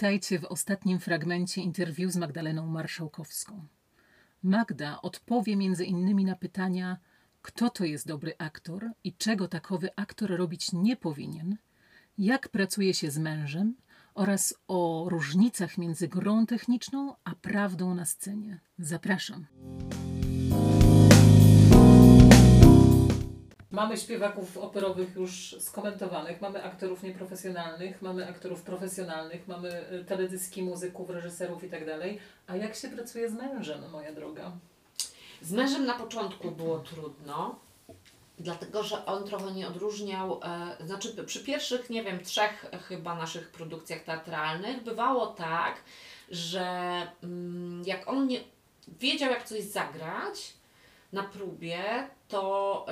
Witajcie w ostatnim fragmencie interwiu z Magdaleną Marszałkowską. Magda odpowie między innymi na pytania, kto to jest dobry aktor i czego takowy aktor robić nie powinien, jak pracuje się z mężem oraz o różnicach między grą techniczną a prawdą na scenie. Zapraszam. Mamy śpiewaków operowych już skomentowanych, mamy aktorów nieprofesjonalnych, mamy aktorów profesjonalnych, mamy teledyski muzyków, reżyserów i tak dalej. A jak się pracuje z mężem, moja droga? Z mężem na początku było trudno, dlatego że on trochę nie odróżniał, znaczy przy pierwszych, nie wiem, 3 chyba naszych produkcjach teatralnych bywało tak, że jak on nie wiedział, jak coś zagrać na próbie, to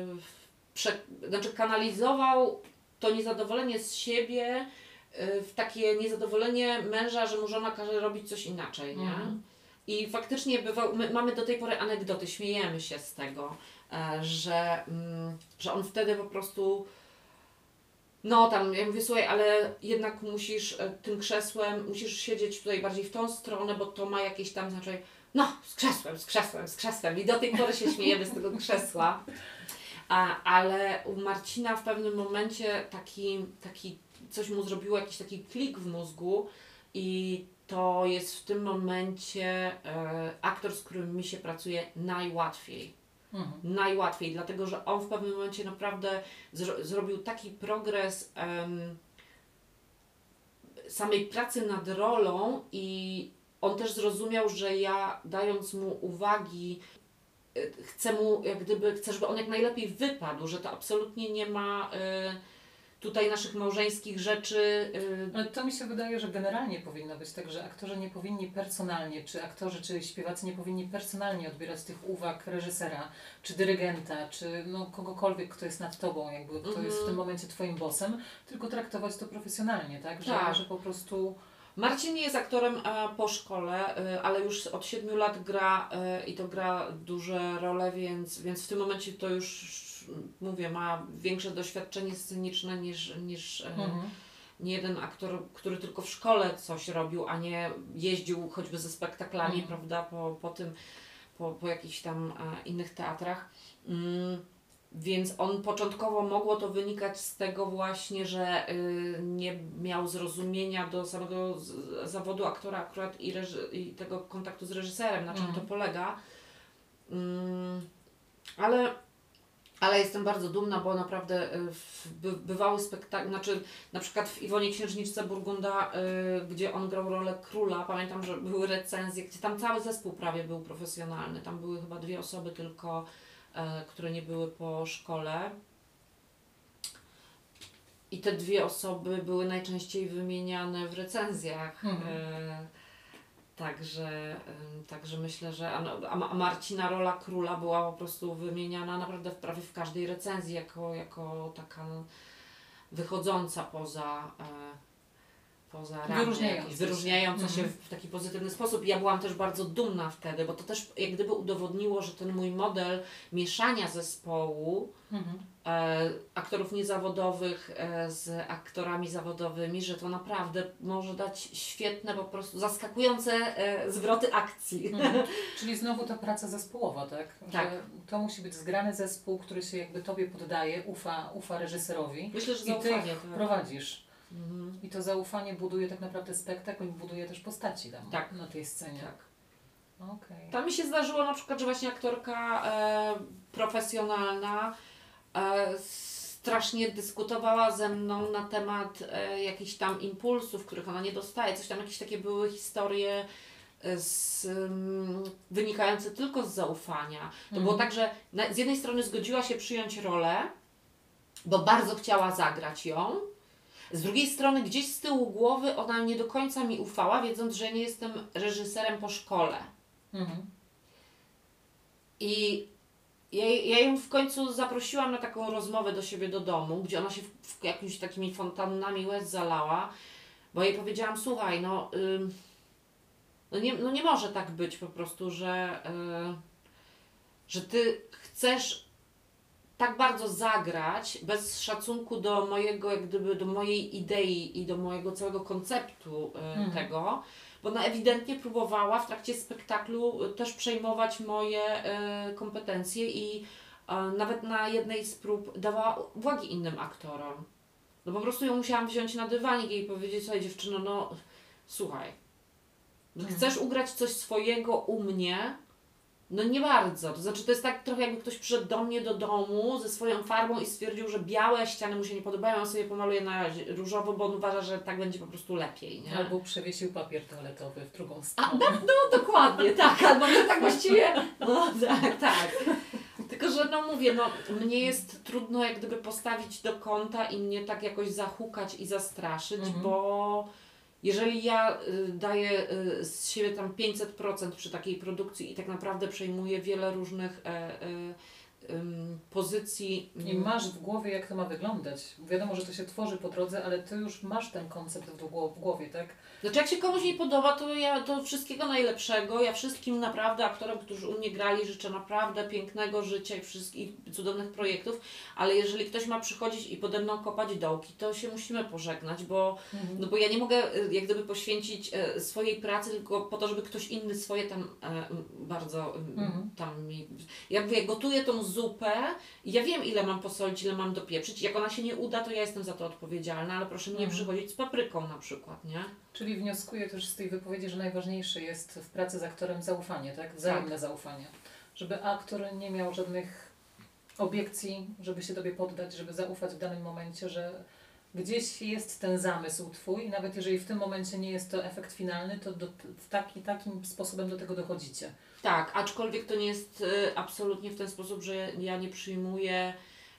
kanalizował to niezadowolenie z siebie w takie niezadowolenie męża, że mu żona każe robić coś inaczej, nie? I faktycznie mamy do tej pory anegdoty, śmiejemy się z tego, że on wtedy po prostu, no tam, ja mówię, słuchaj, ale jednak musisz tym krzesłem, musisz siedzieć tutaj bardziej w tą stronę, bo to ma jakieś tam znaczenie. No, z krzesłem. I do tej pory się śmiejemy z tego krzesła. Ale u Marcina w pewnym momencie taki coś mu zrobiło, jakiś taki klik w mózgu i to jest w tym momencie aktor, z którym mi się pracuje najłatwiej. Najłatwiej, dlatego że on w pewnym momencie naprawdę zrobił taki progres samej pracy nad rolą i on też zrozumiał, że ja dając mu uwagi, chcę, żeby on jak najlepiej wypadł, że to absolutnie nie ma tutaj naszych małżeńskich rzeczy. Ale to mi się wydaje, że generalnie powinno być tak, że aktorzy nie powinni personalnie, czy aktorzy, czy śpiewacy nie powinni personalnie odbierać tych uwag reżysera, czy dyrygenta, czy kogokolwiek, kto jest nad tobą, jakby kto jest w tym momencie twoim bossem, tylko traktować to profesjonalnie, tak? Że po prostu... Marcin jest aktorem po szkole, ale już od 7 lat gra i to gra duże role, więc w tym momencie to już, mówię, ma większe doświadczenie sceniczne niż nie jeden aktor, który tylko w szkole coś robił, a nie jeździł choćby ze spektaklami, prawda, po jakichś tam innych teatrach. Więc on początkowo mogło to wynikać z tego właśnie, że nie miał zrozumienia do samego zawodu aktora akurat i tego kontaktu z reżyserem, na czym to polega. Ale jestem bardzo dumna, bo naprawdę bywały spektakle, znaczy na przykład w Iwonie Księżniczce Burgunda, gdzie on grał rolę króla, pamiętam, że były recenzje, gdzie tam cały zespół prawie był profesjonalny, tam były chyba 2 osoby tylko, które nie były po szkole. I te 2 osoby były najczęściej wymieniane w recenzjach. Także myślę, że a Marcina rola króla była po prostu wymieniana naprawdę prawie w każdej recenzji jako taka wychodząca poza ramy, wyróżniająca się w taki pozytywny sposób. Ja byłam też bardzo dumna wtedy, bo to też jak gdyby udowodniło, że ten mój model mieszania zespołu aktorów niezawodowych z aktorami zawodowymi, że to naprawdę może dać świetne, po prostu zaskakujące zwroty akcji. Czyli znowu ta praca zespołowa, tak? Tak. Że to musi być zgrany zespół, który się jakby tobie poddaje, ufa reżyserowi. Myślę, że i ty zaufanie, ich prowadzisz. I to zaufanie buduje tak naprawdę spektakl i buduje też postaci tam na tej scenie. Tak. Okay. Tam mi się zdarzyło na przykład, że właśnie aktorka profesjonalna strasznie dyskutowała ze mną na temat jakichś tam impulsów, których ona nie dostaje. Coś tam, jakieś takie były historie wynikające tylko z zaufania. To było tak, że z jednej strony zgodziła się przyjąć rolę, bo bardzo chciała zagrać ją. Z drugiej strony gdzieś z tyłu głowy ona nie do końca mi ufała, wiedząc, że nie jestem reżyserem po szkole. I ja ją w końcu zaprosiłam na taką rozmowę do siebie do domu, gdzie ona się jakimiś takimi fontannami łez zalała, bo jej powiedziałam, słuchaj, nie może tak być po prostu, że ty chcesz tak bardzo zagrać bez szacunku do mojego, jak gdyby do mojej idei i do mojego całego konceptu tego, bo ona ewidentnie próbowała w trakcie spektaklu też przejmować moje kompetencje i nawet na jednej z prób dawała uwagi innym aktorom. No po prostu ją musiałam wziąć na dywanik i jej powiedzieć: słuchaj dziewczyno, no słuchaj, chcesz ugrać coś swojego u mnie? No nie bardzo. To znaczy to jest tak trochę jakby ktoś przyszedł do mnie do domu ze swoją farbą i stwierdził, że białe ściany mu się nie podobają, on sobie pomaluje na różowo, bo on uważa, że tak będzie po prostu lepiej, nie? Albo przewiesił papier toaletowy w drugą stronę. No dokładnie, tak, albo że tak właściwie, no tak. Tylko, że no mówię, no mnie jest trudno jak gdyby postawić do kąta i mnie tak jakoś zahukać i zastraszyć, bo jeżeli ja daję z siebie tam 500% przy takiej produkcji i tak naprawdę przejmuję wiele różnych pozycji. I masz w głowie, jak to ma wyglądać. Wiadomo, że to się tworzy po drodze, ale ty już masz ten koncept w głowie, tak? Znaczy jak się komuś nie podoba, to ja to wszystkiego najlepszego. Ja wszystkim naprawdę aktorom, którzy u mnie grali, życzę naprawdę pięknego życia i wszystkich cudownych projektów, ale jeżeli ktoś ma przychodzić i pode mną kopać dołki, to się musimy pożegnać, bo, no bo ja nie mogę jak gdyby poświęcić swojej pracy tylko po to, żeby ktoś inny swoje tam bardzo tam mi... Ja mówię, gotuję tą zupę i ja wiem, ile mam posolić, ile mam dopieprzyć. Jak ona się nie uda, to ja jestem za to odpowiedzialna, ale proszę nie przychodzić z papryką na przykład, nie? Czyli wnioskuję też z tej wypowiedzi, że najważniejsze jest w pracy z aktorem zaufanie, tak? Wzajemne zaufanie. Żeby aktor nie miał żadnych obiekcji, żeby się Tobie poddać, żeby zaufać w danym momencie, że gdzieś jest ten zamysł Twój i nawet jeżeli w tym momencie nie jest to efekt finalny, to takim sposobem do tego dochodzicie. Tak, aczkolwiek to nie jest absolutnie w ten sposób, że ja nie przyjmuję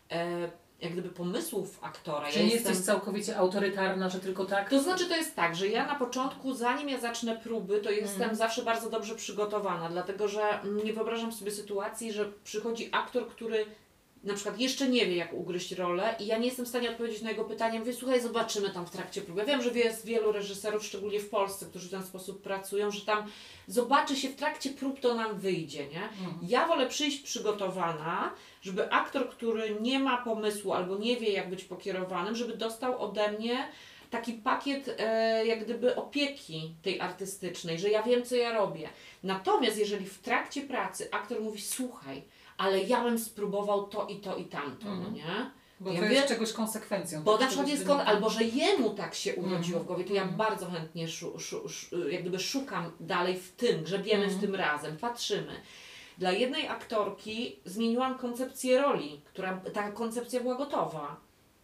jak gdyby pomysłów aktora. Czy nie jesteś całkowicie autorytarna, że tylko tak? To znaczy to jest tak, że ja na początku, zanim ja zacznę próby, to jestem zawsze bardzo dobrze przygotowana, dlatego że nie wyobrażam sobie sytuacji, że przychodzi aktor, który na przykład jeszcze nie wie, jak ugryźć rolę i ja nie jestem w stanie odpowiedzieć na jego pytanie. Mówię, słuchaj, zobaczymy tam w trakcie próby. Ja wiem, że jest wielu reżyserów, szczególnie w Polsce, którzy w ten sposób pracują, że tam zobaczy się w trakcie prób, to nam wyjdzie, nie? Ja wolę przyjść przygotowana, żeby aktor, który nie ma pomysłu albo nie wie, jak być pokierowanym, żeby dostał ode mnie taki pakiet jak gdyby opieki tej artystycznej, że ja wiem, co ja robię. Natomiast jeżeli w trakcie pracy aktor mówi, słuchaj, ale ja bym spróbował to i to i tamto, no nie? Bo ja to jest czegoś konsekwencją. Bo na przykład jest albo że jemu tak się urodziło w głowie, to ja bardzo chętnie jak gdyby szukam dalej w tym, grzebiemy w tym razem, patrzymy. Dla jednej aktorki zmieniłam koncepcję roli, ta koncepcja była gotowa.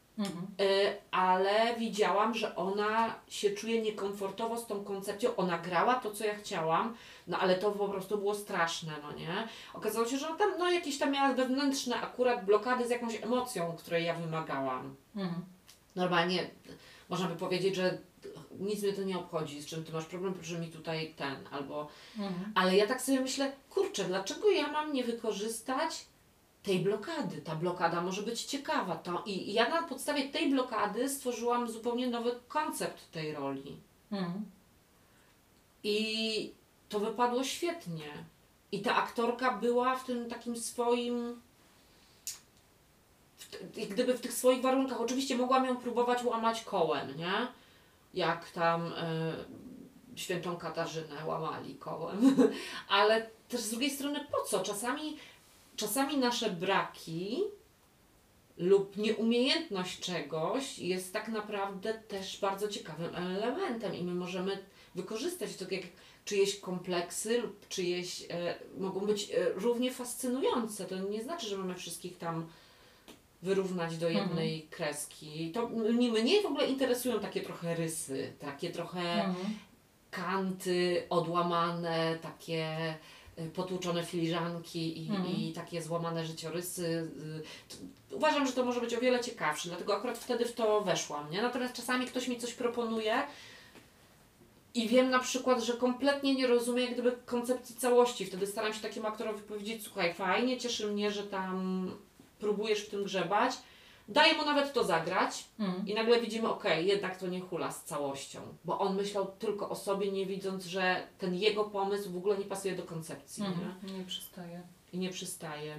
Ale widziałam, że ona się czuje niekomfortowo z tą koncepcją. Ona grała to, co ja chciałam, no ale to po prostu było straszne, no nie? Okazało się, że ona tam, no jakieś tam miała wewnętrzne akurat blokady z jakąś emocją, której ja wymagałam. Normalnie można by powiedzieć, że nic mnie to nie obchodzi, z czym ty masz problem, proszę mi tutaj albo... Ale ja tak sobie myślę, kurczę, dlaczego ja mam nie wykorzystać tej blokady? Ta blokada może być ciekawa. I ja na podstawie tej blokady stworzyłam zupełnie nowy koncept tej roli. I to wypadło świetnie. I ta aktorka była w tym takim swoim... Jak gdyby w tych swoich warunkach. Oczywiście mogłam ją próbować łamać kołem, nie? Jak tam świętą Katarzynę łamali kołem. Ale też z drugiej strony po co? Czasami nasze braki lub nieumiejętność czegoś jest tak naprawdę też bardzo ciekawym elementem i my możemy wykorzystać to jak czyjeś kompleksy lub czyjeś mogą być równie fascynujące. To nie znaczy, że mamy wszystkich tam wyrównać do jednej kreski. To mnie w ogóle interesują takie trochę rysy, takie trochę kanty odłamane, takie potłuczone filiżanki i takie złamane życiorysy. Uważam, że to może być o wiele ciekawsze, dlatego akurat wtedy w to weszłam, nie? Natomiast czasami ktoś mi coś proponuje i wiem na przykład, że kompletnie nie rozumie jak gdyby koncepcji całości. Wtedy staram się takiemu aktorowi powiedzieć, słuchaj, fajnie, cieszy mnie, że tam próbujesz w tym grzebać. Daję mu nawet to zagrać i nagle widzimy, jednak to nie hula z całością, bo on myślał tylko o sobie, nie widząc, że ten jego pomysł w ogóle nie pasuje do koncepcji. Nie? Nie przystaje. I nie przystaje.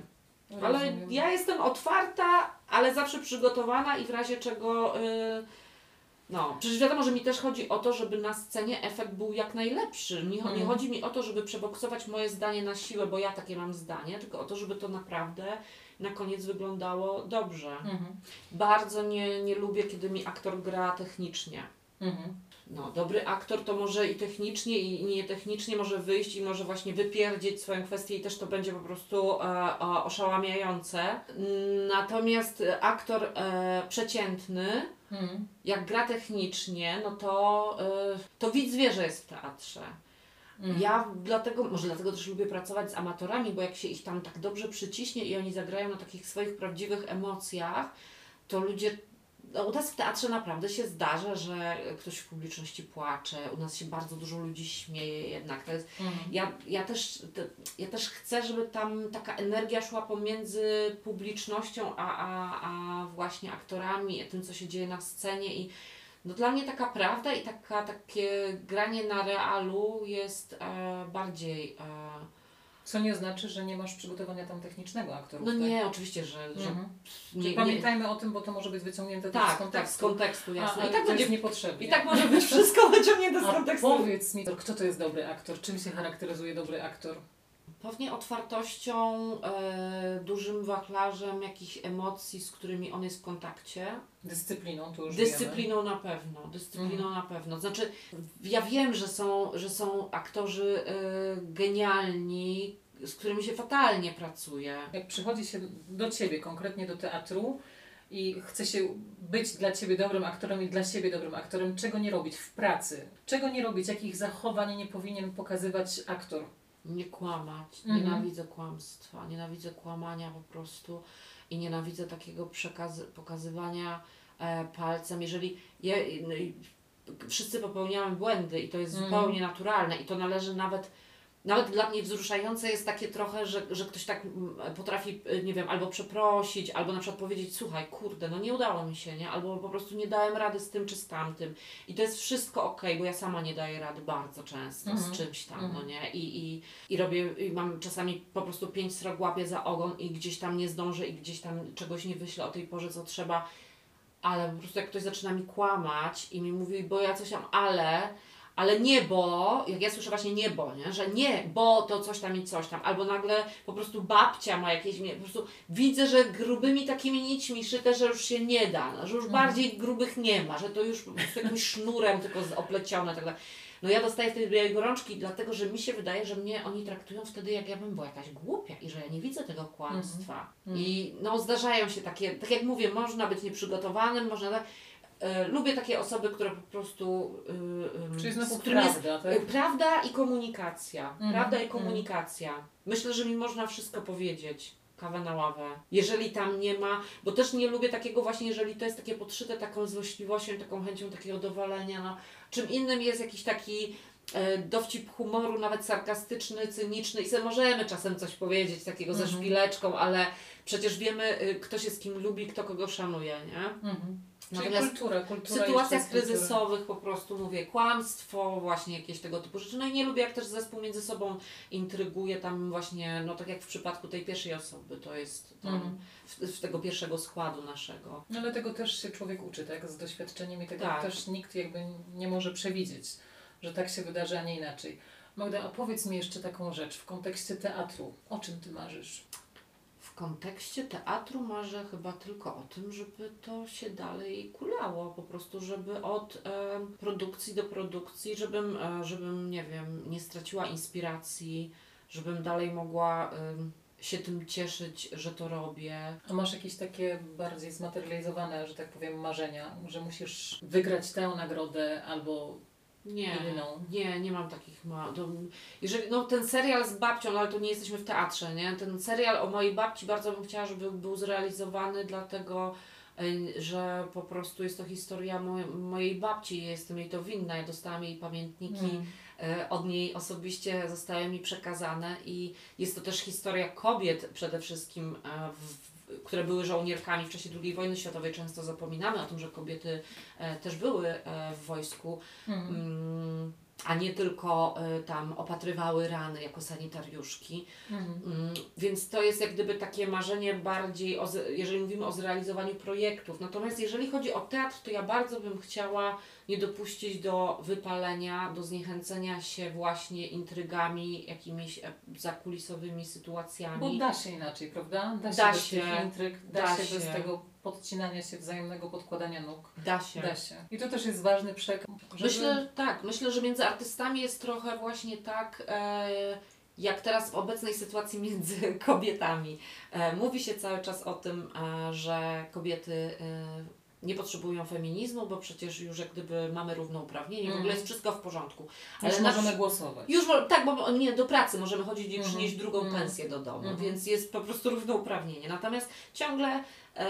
Ale Rozumiem. ja jestem otwarta, ale zawsze przygotowana i w razie czego... No, przecież wiadomo, że mi też chodzi o to, żeby na scenie efekt był jak najlepszy. Nie chodzi mi o to, żeby przeboksować moje zdanie na siłę, bo ja takie mam zdanie, tylko o to, żeby to naprawdę na koniec wyglądało dobrze. Bardzo nie lubię, kiedy mi aktor gra technicznie. No, dobry aktor to może i technicznie, i nietechnicznie może wyjść i może właśnie wypierdzieć swoją kwestię i też to będzie po prostu oszałamiające. Natomiast aktor przeciętny, jak gra technicznie, no to widz wie, że jest w teatrze. Ja może dlatego też lubię pracować z amatorami, bo jak się ich tam tak dobrze przyciśnie i oni zagrają na takich swoich prawdziwych emocjach, to ludzie... No, u nas w teatrze naprawdę się zdarza, że ktoś w publiczności płacze, u nas się bardzo dużo ludzi śmieje jednak. To jest, ja też chcę, żeby tam taka energia szła pomiędzy publicznością a właśnie aktorami, tym co się dzieje na scenie i no, dla mnie taka prawda i takie granie na realu jest bardziej... Co nie znaczy, że nie masz przygotowania tam technicznego aktorów. No tak? nie, oczywiście, że Pamiętajmy o tym, bo to może być wyciągnięte też z kontekstu. Tak, z kontekstu, jasne. I tak będzie niepotrzebnie. I tak może być wszystko wyciągnięte z kontekstu. Powiedz mi, kto to jest dobry aktor? Czym się charakteryzuje dobry aktor? Pewnie otwartością, dużym wachlarzem jakichś emocji, z którymi on jest w kontakcie. Dyscypliną, to już Dyscypliną na pewno, na pewno. Znaczy, ja wiem, że są aktorzy genialni, z którymi się fatalnie pracuje. Jak przychodzi się do Ciebie, konkretnie do teatru i chce się być dla Ciebie dobrym aktorem i dla siebie dobrym aktorem, czego nie robić w pracy? Czego nie robić? Jakich zachowań nie powinien pokazywać aktor? Nie kłamać. Nienawidzę kłamstwa, nienawidzę kłamania po prostu i nienawidzę takiego pokazywania palcem. Jeżeli wszyscy popełniamy błędy i to jest zupełnie naturalne i to należy nawet dla mnie wzruszające jest takie trochę, że ktoś tak potrafi, nie wiem, albo przeprosić, albo na przykład powiedzieć, słuchaj, kurde, no nie udało mi się, nie? Albo po prostu nie dałem rady z tym czy z tamtym. I to jest wszystko okej, bo ja sama nie daję rady bardzo często z czymś tam, no nie? I robię, i mam czasami po prostu 5 srok łapię za ogon i gdzieś tam nie zdążę i gdzieś tam czegoś nie wyślę o tej porze, co trzeba. Ale po prostu jak ktoś zaczyna mi kłamać i mi mówi, bo ja coś tam, ale nie, bo, jak ja słyszę właśnie nie, bo, nie? Że nie, bo to coś tam i coś tam, albo nagle po prostu babcia ma jakieś, po prostu widzę, że grubymi takimi nićmi szyte, że już się nie da, no, że już bardziej grubych nie ma, że to już po prostu jakimś sznurem tylko oplecione, tak dalej. No ja dostaję wtedy białej gorączki, dlatego, że mi się wydaje, że mnie oni traktują wtedy, jak ja bym była jakaś głupia i że ja nie widzę tego kłamstwa. I no zdarzają się takie, tak jak mówię, można być nieprzygotowanym, można... lubię takie osoby, które po prostu... Czyli znowu z którymi prawda, jest, tak? Prawda i komunikacja. Prawda i komunikacja. Myślę, że mi można wszystko powiedzieć. Kawę na ławę. Jeżeli tam nie ma, bo też nie lubię takiego właśnie, jeżeli to jest takie podszyte taką złośliwością, taką chęcią takiego dowalenia, no. Czym innym jest jakiś taki dowcip humoru, nawet sarkastyczny, cyniczny i sobie możemy czasem coś powiedzieć takiego ze szpileczką, ale przecież wiemy, kto się z kim lubi, kto kogo szanuje, nie? Czyli kultura w sytuacjach kryzysowych po prostu mówię kłamstwo, właśnie jakieś tego typu rzeczy. No i nie lubię, jak też zespół między sobą intryguje tam właśnie, no tak jak w przypadku tej pierwszej osoby, to jest tam w tego pierwszego składu naszego. No ale tego też się człowiek uczy, tak? Z doświadczeniem i tego też nikt jakby nie może przewidzieć, że tak się wydarzy, a nie inaczej. Magda, a powiedz mi jeszcze taką rzecz w kontekście teatru. O czym Ty marzysz? W kontekście teatru marzę chyba tylko o tym, żeby to się dalej kulało, po prostu, żeby od produkcji do produkcji, żebym, nie wiem, nie straciła inspiracji, żebym dalej mogła się tym cieszyć, że to robię. A masz jakieś takie bardziej zmaterializowane, że tak powiem, marzenia, że musisz wygrać tę nagrodę albo inną? Nie mam takich jeżeli, no ten serial z babcią, no ale to nie jesteśmy w teatrze, nie? Ten serial o mojej babci bardzo bym chciała, żeby był zrealizowany, dlatego że po prostu jest to historia mojej babci, jestem jej to winna, ja dostałam jej pamiętniki, od niej osobiście zostały mi przekazane i jest to też historia kobiet przede wszystkim, które były żołnierkami w czasie II wojny światowej. Często zapominamy o tym, że kobiety też były w wojsku. a nie tylko tam opatrywały rany jako sanitariuszki. Więc to jest jak gdyby takie marzenie bardziej, jeżeli mówimy o zrealizowaniu projektów. Natomiast jeżeli chodzi o teatr, to ja bardzo bym chciała nie dopuścić do wypalenia, do zniechęcenia się właśnie intrygami, jakimiś zakulisowymi sytuacjami. Bo da się inaczej, prawda? Da bez się, tych intryg, da się bez tego podcinania się, wzajemnego podkładania nóg. Da się. I to też jest ważny przekaz. Myślę, że między artystami jest trochę właśnie tak, jak teraz w obecnej sytuacji między kobietami. Mówi się cały czas o tym, że kobiety nie potrzebują feminizmu, bo przecież już jak gdyby mamy równouprawnienie, w ogóle jest wszystko w porządku. Ale już możemy głosować. Tak, bo nie do pracy możemy chodzić i przynieść drugą pensję do domu, więc jest po prostu równouprawnienie. Natomiast ciągle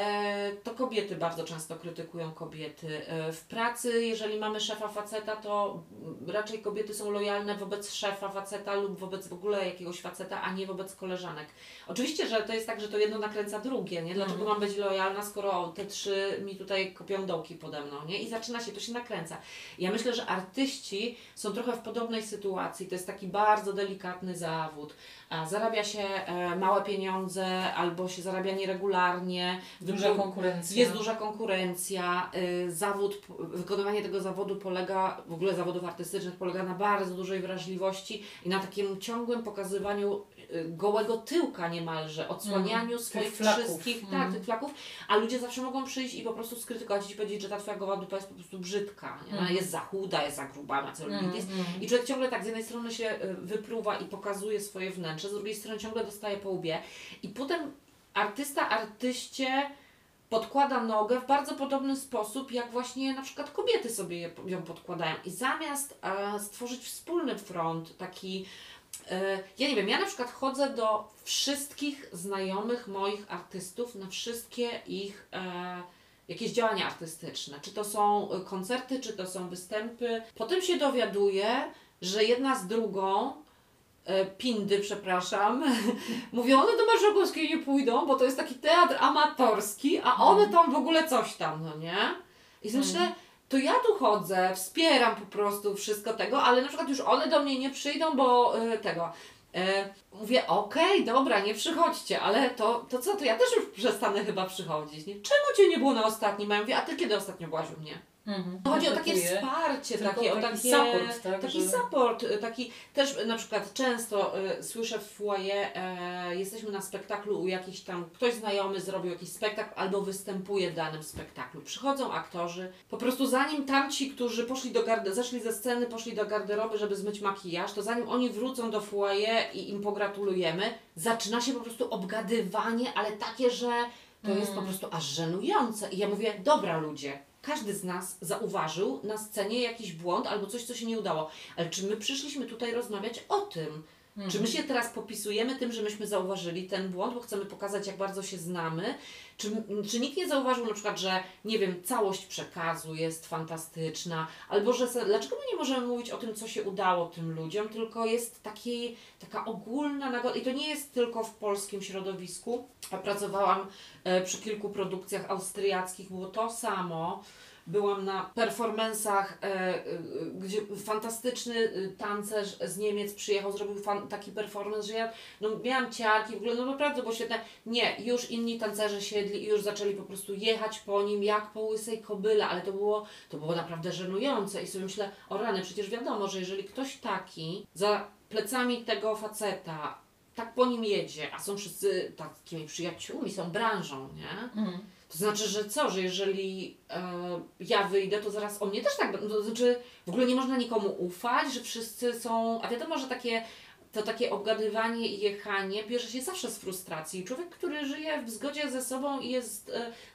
to kobiety bardzo często krytykują kobiety. W pracy, jeżeli mamy szefa faceta, to raczej kobiety są lojalne wobec szefa faceta lub wobec w ogóle jakiegoś faceta, a nie wobec koleżanek. Oczywiście, że to jest tak, że to jedno nakręca drugie, nie? Dlaczego mam być lojalna, skoro te trzy mi tutaj kopią dołki pode mną, nie? I zaczyna się, to się nakręca. Ja myślę, że artyści są trochę w podobnej sytuacji. To jest taki bardzo delikatny zawód. Zarabia się małe pieniądze albo się zarabia nieregularnie. Duża konkurencja. Jest duża konkurencja. Wykonywanie tego zawodu polega, w ogóle zawodów artystycznych polega na bardzo dużej wrażliwości i na takim ciągłym pokazywaniu gołego tyłka niemalże, odsłanianiu swoich wszystkich tych flaków, a ludzie zawsze mogą przyjść i po prostu skrytykować i powiedzieć, że ta twoja goła dupa jest po prostu brzydka, nie? Ona jest za chuda, jest za gruba, ma celulitis i człowiek ciągle tak z jednej strony się wypruwa i pokazuje swoje wnętrze, z drugiej strony ciągle dostaje po łbie i potem artysta artyście podkłada nogę w bardzo podobny sposób, jak właśnie na przykład kobiety sobie ją podkładają i zamiast stworzyć wspólny front, taki ja nie wiem, ja na przykład chodzę do wszystkich znajomych moich artystów na wszystkie ich jakieś działania artystyczne. Czy to są koncerty, czy to są występy. Potem się dowiaduję, że jedna z drugą Pindy, przepraszam, mówią, one do Marszałkowskiej nie pójdą, bo to jest taki teatr amatorski, a one tam w ogóle coś tam, no nie? I myślę, to ja tu chodzę, wspieram po prostu wszystko tego, ale na przykład już one do mnie nie przyjdą, bo mówię, okej, dobra, nie przychodźcie, ale to co, to ja też już przestanę chyba przychodzić, nie? Czemu Cię nie było na ostatnim? Ja mówię, a Ty kiedy ostatnio byłaś u mnie? Chodzi o takie wsparcie, taki support, tak? Support, taki też na przykład często słyszę w foyer, jesteśmy na spektaklu u jakichś tam, ktoś znajomy zrobił jakiś spektakl albo występuje w danym spektaklu. Przychodzą aktorzy, po prostu zanim tamci, którzy zeszli ze sceny, poszli do garderoby, żeby zmyć makijaż, to zanim oni wrócą do foyer i im pogratulujemy, zaczyna się po prostu obgadywanie, ale takie, że to jest po prostu aż żenujące. I ja mówię, dobra ludzie, każdy z nas zauważył na scenie jakiś błąd albo coś, co się nie udało. Ale czy my przyszliśmy tutaj rozmawiać o tym? Czy my się teraz popisujemy tym, że myśmy zauważyli ten błąd, bo chcemy pokazać, jak bardzo się znamy? Czy nikt nie zauważył na przykład, że nie wiem, całość przekazu jest fantastyczna, albo że dlaczego my nie możemy mówić o tym, co się udało tym ludziom, tylko jest taka ogólna nagroda i to nie jest tylko w polskim środowisku. Pracowałam przy kilku produkcjach austriackich, było to samo. Byłam na performansach, gdzie fantastyczny tancerz z Niemiec przyjechał, zrobił taki performance, że ja miałam ciarki, w ogóle naprawdę było świetne. Nie, już inni tancerze siedli i już zaczęli po prostu jechać po nim jak po łysej kobyle, ale to było naprawdę żenujące i sobie myślę, o rany, przecież wiadomo, że jeżeli ktoś taki za plecami tego faceta tak po nim jedzie, a są wszyscy takimi przyjaciółmi, są branżą, nie? To znaczy, że co, że jeżeli ja wyjdę, to zaraz o mnie też tak, to znaczy w ogóle nie można nikomu ufać, że wszyscy są, a wiadomo, że takie obgadywanie i jechanie bierze się zawsze z frustracji. Człowiek, który żyje w zgodzie ze sobą i jest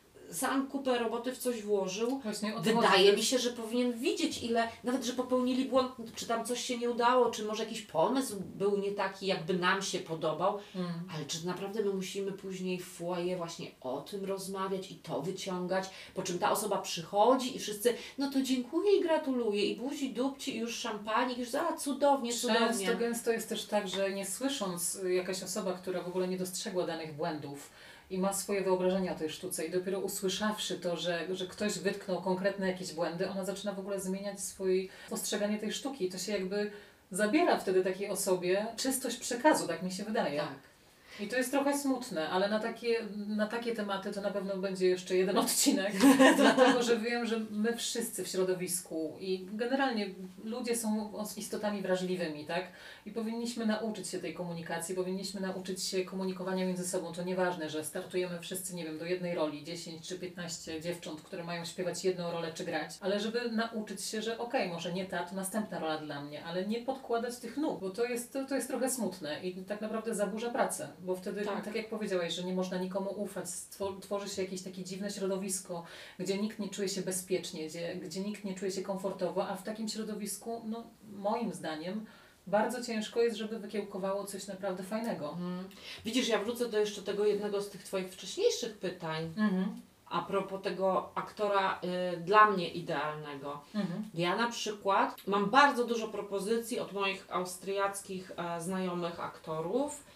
sam kupę roboty w coś włożył, wydaje mi się, że powinien widzieć ile, nawet że popełnili błąd, czy tam coś się nie udało, czy może jakiś pomysł był nie taki, jakby nam się podobał, ale czy naprawdę my musimy później w foyer właśnie o tym rozmawiać i to wyciągać, po czym ta osoba przychodzi i wszyscy, no to dziękuję i gratuluję i buzi dupci i już szampanik, już cudownie. Gęsto jest też tak, że nie słysząc jakaś osoba, która w ogóle nie dostrzegła danych błędów, i ma swoje wyobrażenia o tej sztuce i dopiero usłyszawszy to, że ktoś wytknął konkretne jakieś błędy, ona zaczyna w ogóle zmieniać swoje postrzeganie tej sztuki. To się jakby zabiera wtedy takiej osobie czystość przekazu, tak mi się wydaje. Tak. I to jest trochę smutne, ale na takie tematy to na pewno będzie jeszcze jeden odcinek, dlatego że wiem, że my wszyscy w środowisku i generalnie ludzie są istotami wrażliwymi, tak? I powinniśmy nauczyć się tej komunikacji, powinniśmy nauczyć się komunikowania między sobą. To nieważne, że startujemy wszyscy, nie wiem, do jednej roli, 10 czy 15 dziewcząt, które mają śpiewać jedną rolę czy grać, ale żeby nauczyć się, że okej, może nie ta, to następna rola dla mnie, ale nie podkładać tych nóg, bo to jest trochę smutne i tak naprawdę zaburza pracę. Bo wtedy, tak jak powiedziałaś, że nie można nikomu ufać, tworzy się jakieś takie dziwne środowisko, gdzie nikt nie czuje się bezpiecznie, gdzie nikt nie czuje się komfortowo, a w takim środowisku, no moim zdaniem, bardzo ciężko jest, żeby wykiełkowało coś naprawdę fajnego. Widzisz, ja wrócę do jeszcze tego jednego z tych Twoich wcześniejszych pytań. A propos tego aktora dla mnie idealnego. Ja na przykład mam bardzo dużo propozycji od moich austriackich znajomych aktorów,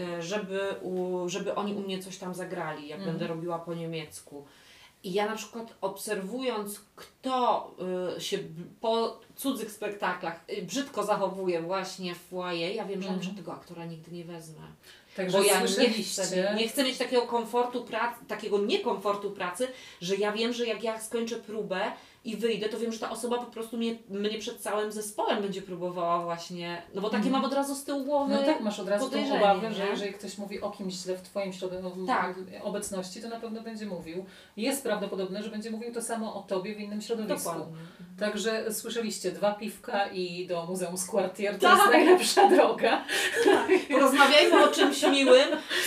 żeby oni u mnie coś tam zagrali, jak będę robiła po niemiecku. I ja na przykład obserwując, kto się po cudzych spektaklach brzydko zachowuje właśnie w foyer, ja wiem, że ja tego aktora nigdy nie wezmę. Także bo ja nie chcę mieć takiego komfortu takiego niekomfortu pracy, że ja wiem, że jak ja skończę próbę i wyjdę, to wiem, że ta osoba po prostu mnie przed całym zespołem będzie próbowała właśnie, no bo takie mam od razu z tyłu głowy. No tak, masz od razu tą obawę, że jeżeli ktoś mówi o kimś źle w Twoim obecności, to na pewno będzie mówił. Jest prawdopodobne, że będzie mówił to samo o Tobie w innym środowisku. Dokładnie. Także słyszeliście, 2 piwka i do Muzeum Squartier to jest najlepsza droga. Rozmawiajmy o czymś miłym,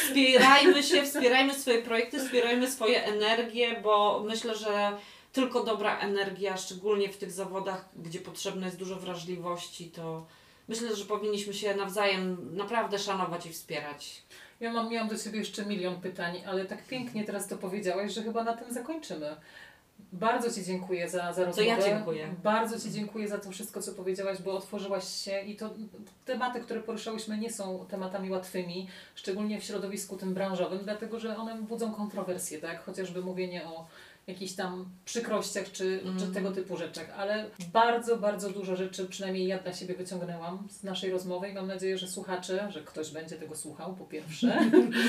wspierajmy swoje projekty, wspierajmy swoje energie, bo myślę, że tylko dobra energia, szczególnie w tych zawodach, gdzie potrzebne jest dużo wrażliwości, to myślę, że powinniśmy się nawzajem naprawdę szanować i wspierać. Ja miałam do Ciebie jeszcze milion pytań, ale tak pięknie teraz to powiedziałaś, że chyba na tym zakończymy. Bardzo Ci dziękuję za rozmowę. To ja dziękuję. Bardzo Ci dziękuję za to wszystko, co powiedziałaś, bo otworzyłaś się i to tematy, które poruszałyśmy, nie są tematami łatwymi, szczególnie w środowisku tym branżowym, dlatego że one budzą kontrowersje, tak? Chociażby mówienie o jakichś tam przykrościach czy tego typu rzeczach, ale bardzo, bardzo dużo rzeczy, przynajmniej ja dla siebie wyciągnęłam z naszej rozmowy i mam nadzieję, że słuchacze, że ktoś będzie tego słuchał po pierwsze.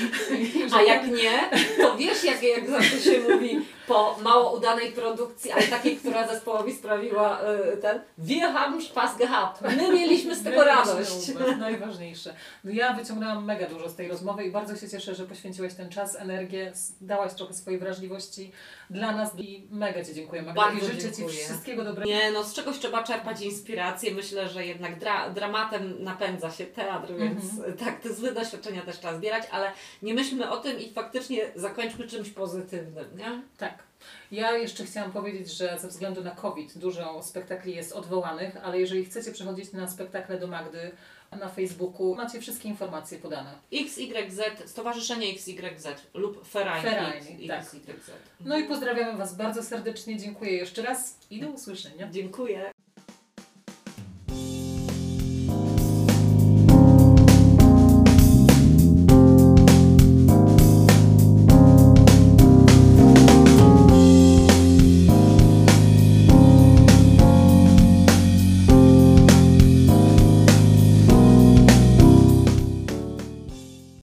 A jak nie, to wiesz jak zawsze się mówi po mało udanej produkcji, ale takiej, która zespołowi sprawiła wir haben Spaß gehabt. My mieliśmy z tego radość. Najważniejsze. No ja wyciągnęłam mega dużo z tej rozmowy i bardzo się cieszę, że poświęciłaś ten czas, energię, dałaś trochę swojej wrażliwości dla nas i mega Ci dziękuję, Magda. Bardzo I życzę dziękuję. Ci wszystkiego dobrego. Nie, no z czegoś trzeba czerpać inspirację. Myślę, że jednak dramatem napędza się teatr, więc tak, te złe doświadczenia też trzeba zbierać, ale nie myślmy o tym i faktycznie zakończmy czymś pozytywnym, nie? Tak. Ja jeszcze chciałam powiedzieć, że ze względu na COVID dużo spektakli jest odwołanych, ale jeżeli chcecie przychodzić na spektakle do Magdy na Facebooku, macie wszystkie informacje podane. XYZ, Stowarzyszenie XYZ lub Verein XYZ. No i pozdrawiamy Was bardzo serdecznie, dziękuję jeszcze raz i do usłyszenia. Dziękuję.